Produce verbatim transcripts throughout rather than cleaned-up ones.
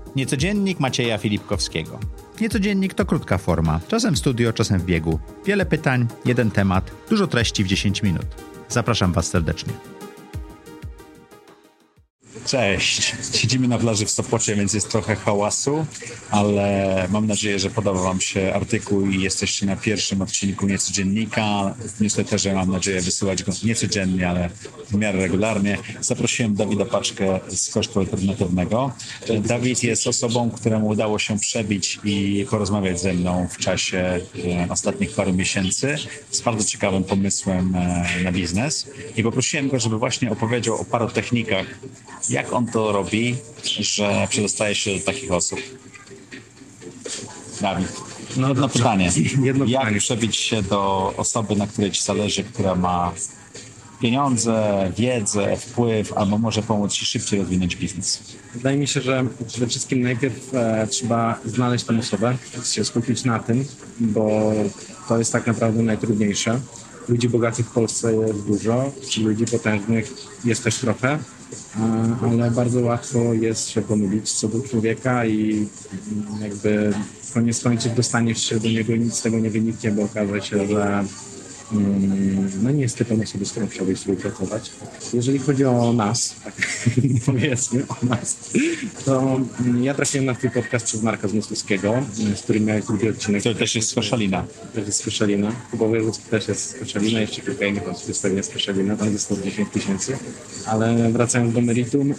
Niecodziennik Macieja Filipkowskiego. Niecodziennik to krótka forma, czasem w studio, czasem w biegu. Wiele pytań, jeden temat, dużo treści w dziesięć minut. Zapraszam Was serdecznie. Cześć. Siedzimy na plaży w Sopocie, więc jest trochę hałasu, ale mam nadzieję, że podoba Wam się artykuł i jesteście na pierwszym odcinku Niecodziennika. W newsletterze mam nadzieję wysyłać go niecodziennie, ale w miarę regularnie. Zaprosiłem Dawida Paczkę z Kosztu Alternatywnego. Dawid jest osobą, któremu udało się przebić i porozmawiać ze mną w czasie e, ostatnich paru miesięcy z bardzo ciekawym pomysłem e, na biznes i poprosiłem go, żeby właśnie opowiedział o paru technikach, jak on to robi, że przedostaje się do takich osób. Dawid, no jedno pytanie. Jedno jak pytanie. Przebić się do osoby, na której ci zależy, która ma pieniądze, wiedzę, wpływ, albo może pomóc ci szybciej rozwinąć biznes? Wydaje mi się, że przede wszystkim najpierw e, trzeba znaleźć tę osobę, się skupić na tym, bo to jest tak naprawdę najtrudniejsze. Ludzi bogatych w Polsce jest dużo, ludzi potężnych jest też trochę, ale bardzo łatwo jest się pomylić co do człowieka i jakby koniec końców dostaniesz się do niego, nic z tego nie wyniknie, bo okaże się, że no nie jest typem osoby, z którą chciałbyś współpracować. Jeżeli chodzi o nas, tak powiedzmy o nas, to ja trafiłem na twój podcast przez Marka Zmysłowskiego, z którym miałeś drugi odcinek. To też jest z Koszalina. Też jest z Koszalina. Kuba Wojewódzki też jest z Koszalina, jeszcze kilka innych osób jest pewnie z Koszalina, tam jest sto dziesięć tysięcy. Ale wracając do meritum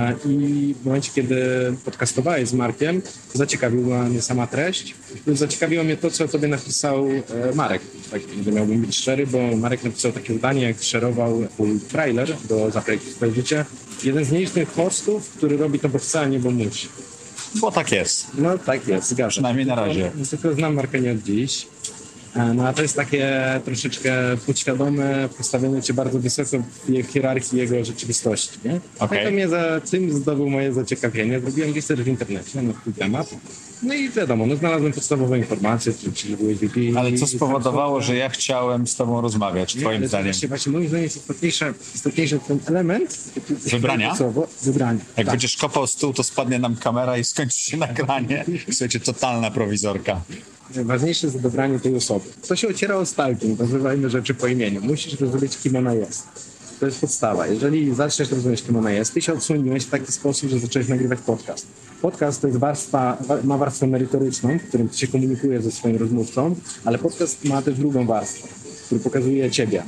i w momencie, kiedy podcastowałeś z Markiem, zaciekawiła mnie sama treść. Zaciekawiło mnie to, co tobie napisał Marek. Tak, że miałbym być szczery, bo Marek napisał takie zdanie, jak szerował trailer do Zaprojektuj swoje życie. Jeden z nielicznych postów, który robi to bo wcale nie, bo musi. Bo tak jest. No tak jest, zgadzam. Przynajmniej na razie. Tylko, tylko znam Marka nie od dziś. No a to jest takie troszeczkę podświadome, postawienie cię bardzo wysoko w hierarchii jego rzeczywistości, nie? Okay. To mnie za tym zdobył moje zaciekawienie. Zrobiłem research w internecie na ten temat. No i wiadomo, no znalazłem podstawowe informacje, czyli byłeś V P. Ale co spowodowało, że ja chciałem z tobą rozmawiać, nie, twoim zdaniem? Właśnie, właśnie moim zdaniem jest istotniejszy, istotniejszy ten element wybrania. Słowo, wybrania. Jak tak. będziesz kopał stół, to spadnie nam kamera i skończy się nagranie. Słuchajcie, totalna prowizorka. Najważniejsze jest dobranie tej osoby. To się ociera o stalking, nazywajmy rzeczy po imieniu. Musisz rozumieć, kim ona jest. To jest podstawa. Jeżeli zaczniesz rozumieć, kim ona jest, ty się odsłoniłeś w taki sposób, że zacząłeś nagrywać podcast. Podcast to jest warstwa, ma warstwę merytoryczną, w którym ty się komunikujesz ze swoim rozmówcą, ale podcast ma też drugą warstwę, który pokazuje ciebie.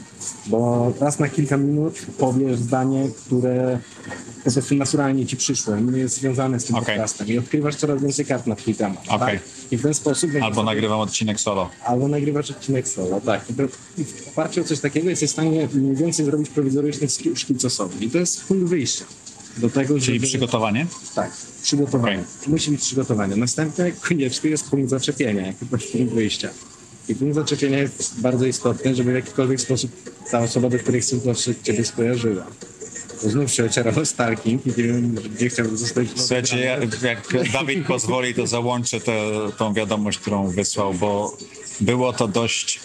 Bo raz na kilka minut powiesz zdanie, które po prostu naturalnie ci przyszło, nie jest związane z tym okay. podcastem i odkrywasz coraz więcej kart na twój temat. Okay. Tak? I w ten sposób... Albo nagrywam odcinek solo. Albo nagrywasz odcinek solo, tak. I, to, i w oparciu o coś takiego jesteś w stanie mniej więcej zrobić prowizoryczny szkic osoby. I to jest punkt wyjścia. Do tego, Czyli żeby... przygotowanie? Tak, przygotowanie. Okay. Musi być przygotowanie. Następnie koniecznie jest punkt zaczepienia, jak punkt wyjścia. I punkt zaczepienia jest bardzo istotny, żeby w jakikolwiek sposób ta osoba, do której chcesz dotrzeć, ciebie skojarzyła. To znów się ociera o stalking i nie wiem, gdzie chciałbym zostać. Słuchajcie, ja, jak Dawid pozwoli, to załączę tę, tą wiadomość, którą wysłał, bo było to dość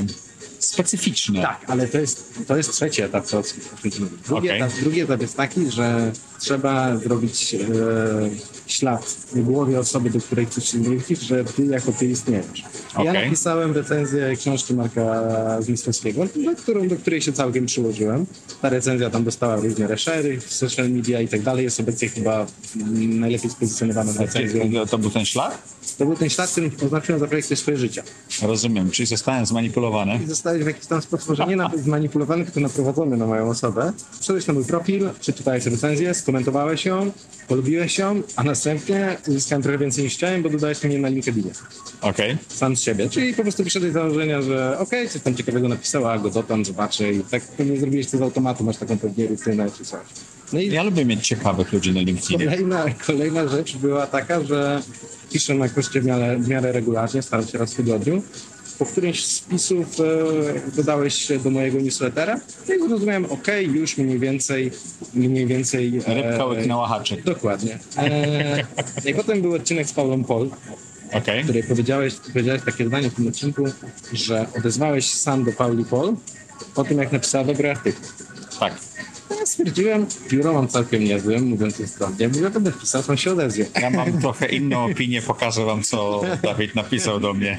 e, specyficzne. Tak, ale to jest, to jest trzeci etap, co drugi, okay. etap, drugi etap jest taki, że trzeba zrobić e, ślad w głowie osoby, do której chcesz się zwrócić, że ty jako ty istniejesz. Okay. Ja napisałem recenzję książki Marka Zmysłowskiego, do, którą, do której się całkiem przyłożyłem. Ta recenzja tam dostała różne reszery, social media i tak dalej. Jest obecnie chyba najlepiej spozycjonowana recenzja. To był ten ślad? To był ten ślad, którym oznaczyłem Zaprojektuj swoje życie. Rozumiem, czyli zostałem zmanipulowany. I zostałeś w jakiś tam sposób, że nie nawet zmanipulowany, tylko naprowadzony na moją osobę. Wszedłeś na mój profil, przeczytałeś recenzję, skomentowałeś ją, polubiłeś ją, a następnie uzyskałem trochę więcej niż chciałem, bo dodałeś mnie na LinkedInie. Okej. Okay. Sam z siebie. Czyli po prostu wyszedłeś z założenia, że okej, okay, coś tam ciekawego napisała, go dodam, zobaczę i tak pewnie zrobiłeś to z automatu, masz taką pewnie rutynę czy coś. No i ja lubię mieć ciekawych ludzi na LinkedInie. Kolejna, kolejna rzecz była taka, że piszę na Koszcie w miarę, w miarę regularnie, staram się raz w tygodniu. Po którymś z wpisów e, dodałeś się do mojego newslettera i zrozumiałem, okej, okay, już mniej więcej mniej więcej... E, Rybka łyknęła haczyk. Dokładnie. E, I potem był odcinek z Paulą Pol, okay. w której powiedziałeś, powiedziałeś takie zdanie w tym odcinku, że odezwałeś sam do Pauli Pol po tym, jak napisała dobry artykuł. Tak. stwierdziłem, biuro mam całkiem niezłe, mówiąc skromnie, mówię, to będę pisał, on się odezwie. Ja mam trochę inną opinię, pokażę wam, co Dawid napisał do mnie.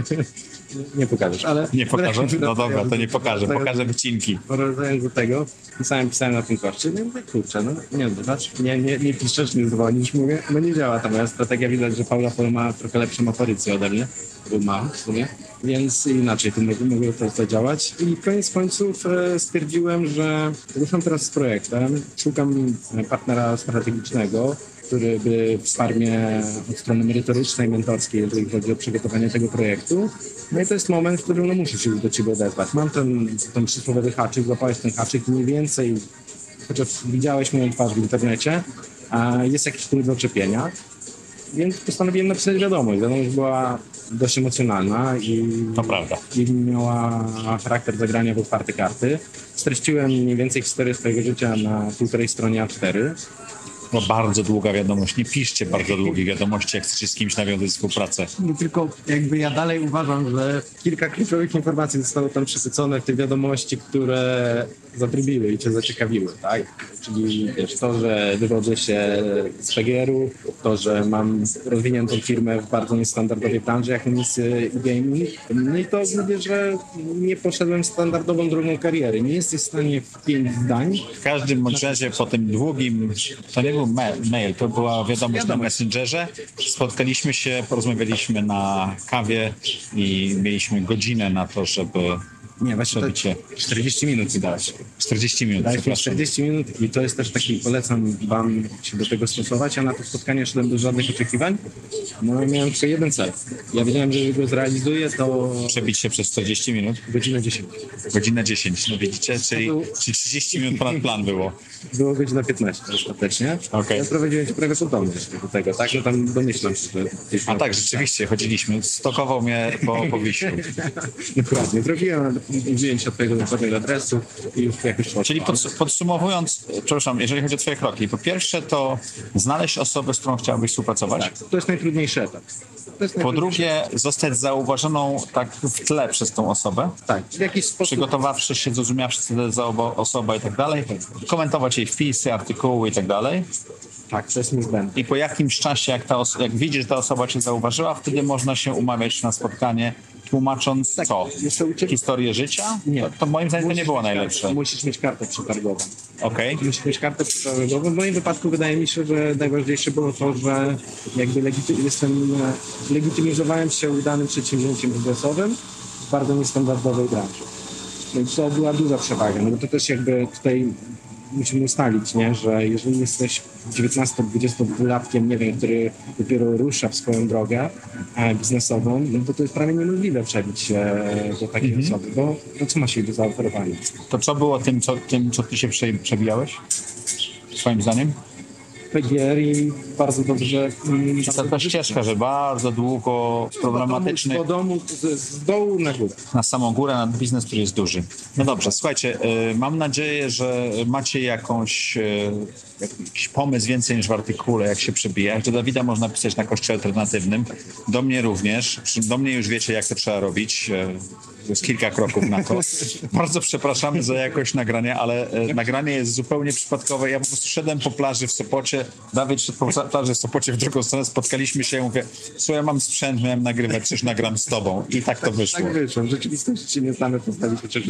Nie pokażesz, ale... Nie pokażę? No dobra, to nie pokażę, pokażę wycinki. Wracając do tego, pisałem, pisałem na tym koszcie, no i mówię, kurczę, no nie zobacz, nie, nie, nie piszesz, nie dzwonisz, mówię, no nie działa ta moja strategia, widać, że Paula Pol ma trochę lepszą aparycję ode mnie, bo ma w sumie, więc inaczej tu mogło, mogło to, to działać i koniec końców e, stwierdziłem, że ruszam teraz z projektem, szukam partnera strategicznego, który by wsparł mnie od strony merytorycznej, mentorskiej, jeżeli chodzi o przygotowanie tego projektu. No i to jest moment, w którym no, muszę się już do ciebie odezwać. Mam ten, ten przysłowiowy haczyk, złapałeś ten haczyk mniej więcej, chociaż widziałeś moją twarz w internecie, a jest jakiś punkt zaczepienia. Więc postanowiłem napisać wiadomość. Wiadomość była dość emocjonalna i, To prawda. i miała charakter zagrania w otwarte karty. Streściłem mniej więcej historię swojego życia na półtorej stronie A cztery. No bardzo długa wiadomość. Nie piszcie bardzo długich wiadomości, jak chcecie z kimś nawiązać współpracę. No tylko jakby ja dalej uważam, że kilka kluczowych informacji zostało tam przesycone w te wiadomości, które zatrybiły i cię zaciekawiły, tak? Czyli wiesz, to, że wywodzę się z P G R-u, to, że mam rozwiniętą firmę w bardzo niestandardowej branży, jaką jest e-gaming. No i to mówię, że nie poszedłem standardową drogą kariery. Nie jesteś w stanie w pięć zdań. W każdym bądź razie po tym długim, to nie był ma- mail, to była wiadomość na Messengerze. Spotkaliśmy się, porozmawialiśmy na kawie i mieliśmy godzinę na to, żeby Nie, właśnie to Robicie. czterdzieści minut mi dałeś. czterdzieści minut, Dałeś mi przepraszam. czterdzieści minut i to jest też taki, polecam wam się do tego stosować. Ja na to spotkanie szedłem bez żadnych oczekiwań. No i miałem tylko jeden cel. Ja wiedziałem, że jeżeli go zrealizuję, to Przebić się przez czterdzieści minut, godzinę dziesięć. godzina dziesięć, no widzicie, czyli, czyli trzydzieści minut ponad plan było. Było godzina piętnaście ostatecznie. Okej. Ja prowadziłem się prawie potomność do tego, tak? No tam domyślam się, że gdzieś A tam- tak, rzeczywiście, chodziliśmy, stokował mnie po, po Wiślu. Dokładnie. Zrobiłem zdjęcie od twojego dokładnego adresu i już jakoś poszło. Czyli pods- podsumowując, przepraszam, jeżeli chodzi o twoje kroki, po pierwsze to znaleźć osobę, z którą chciałbyś współpracować. Tak, to jest najtrudniejszy etap. To jest Po najtrudniejszy- drugie, zostać zauważoną tak w tle przez tą osobę, tak, w jakiś sposób. przygotowawszy się, zrozumiawszy, co to jest za obo- osoba i tak dalej, komentować jej wpisy, artykuły i tak dalej. Tak, to jest niezbędne. I po jakimś czasie, jak, ta os- jak widzisz, że ta osoba cię zauważyła, wtedy można się umawiać na spotkanie, tłumacząc co? Jeszcze u ciebie- Historię życia? Nie. To, to moim zdaniem to nie Musisz było mieć najlepsze. Kartę, musisz mieć kartę przetargową. Okej. Musisz mieć kartę przetargową. W moim wypadku wydaje mi się, że najważniejsze było to, że jakby legity- jestem, e, legitymizowałem się udanym przedsięwzięciem biznesowym w bardzo niestandardowej branży. No i to była duża przewaga, no bo to też jakby tutaj musimy ustalić, nie, że jeżeli jesteś dziewiętnasto-dwudziestolatkiem, nie wiem, który dopiero rusza w swoją drogę e, biznesową, no to to jest prawie niemożliwe przebić się do takiej osoby, bo no co ma się do zaoferowania? To co było tym, co, tym, co ty się prze- przebijałeś? Twoim zdaniem? P G R i bardzo dobrze... mm, Ta, ta ścieżka, że bardzo długo, problematyczny, Po domu, z, z dołu na górę. na samą górę, na biznes, który jest duży. No dobrze, słuchajcie, y, mam nadzieję, że macie jakąś, y, jakiś pomysł więcej niż w artykule, jak się przebijać. Do Dawida można pisać na koszcie alternatywnym, do mnie również. Przy- Do mnie już wiecie, jak to trzeba robić. y, Jest kilka kroków na to. Bardzo przepraszamy za jakość nagrania, ale e, nagranie jest zupełnie przypadkowe. Ja po prostu szedłem po plaży w Sopocie, Dawid szedł po plaży w Sopocie w drugą stronę, spotkaliśmy się i mówię, słuchaj, ja mam sprzęt, miałem nagrywać, czyż nagram z tobą. I tak to wyszło. Tak wyszło. W rzeczywistości się nie znamy, postawić się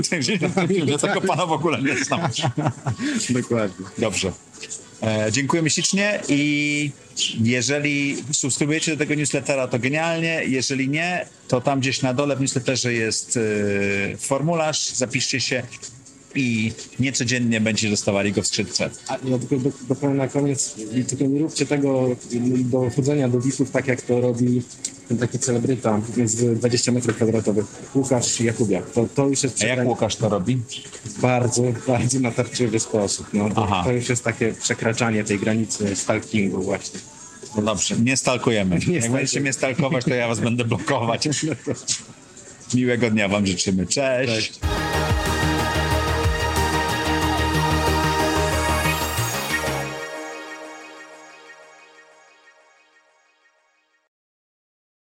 Ja tego pana w ogóle nie znam. Dokładnie. Dobrze. E, dziękujemy ślicznie i jeżeli subskrybujecie do tego newslettera, to genialnie. Jeżeli nie, to tam gdzieś na dole w newsletterze jest e, formularz, zapiszcie się i niecodziennie będziecie dostawali go w skrzynce. A ja tylko do- dopowiem na koniec, i tylko nie róbcie tego do chodzenia do V I P-ów, tak jak to robi ten taki celebryta z dwudziestu metrów kwadratowych, Łukasz Jakubiak. To, to już jest A jak przekrę- Łukasz to robi? w bardzo, bardzo natarczywy sposób. No, to, Aha. to już jest takie przekraczanie tej granicy stalkingu właśnie. No dobrze, nie stalkujemy. Jak będziecie mnie stalkować, to ja was będę blokować. Miłego dnia wam życzymy. Cześć. Cześć.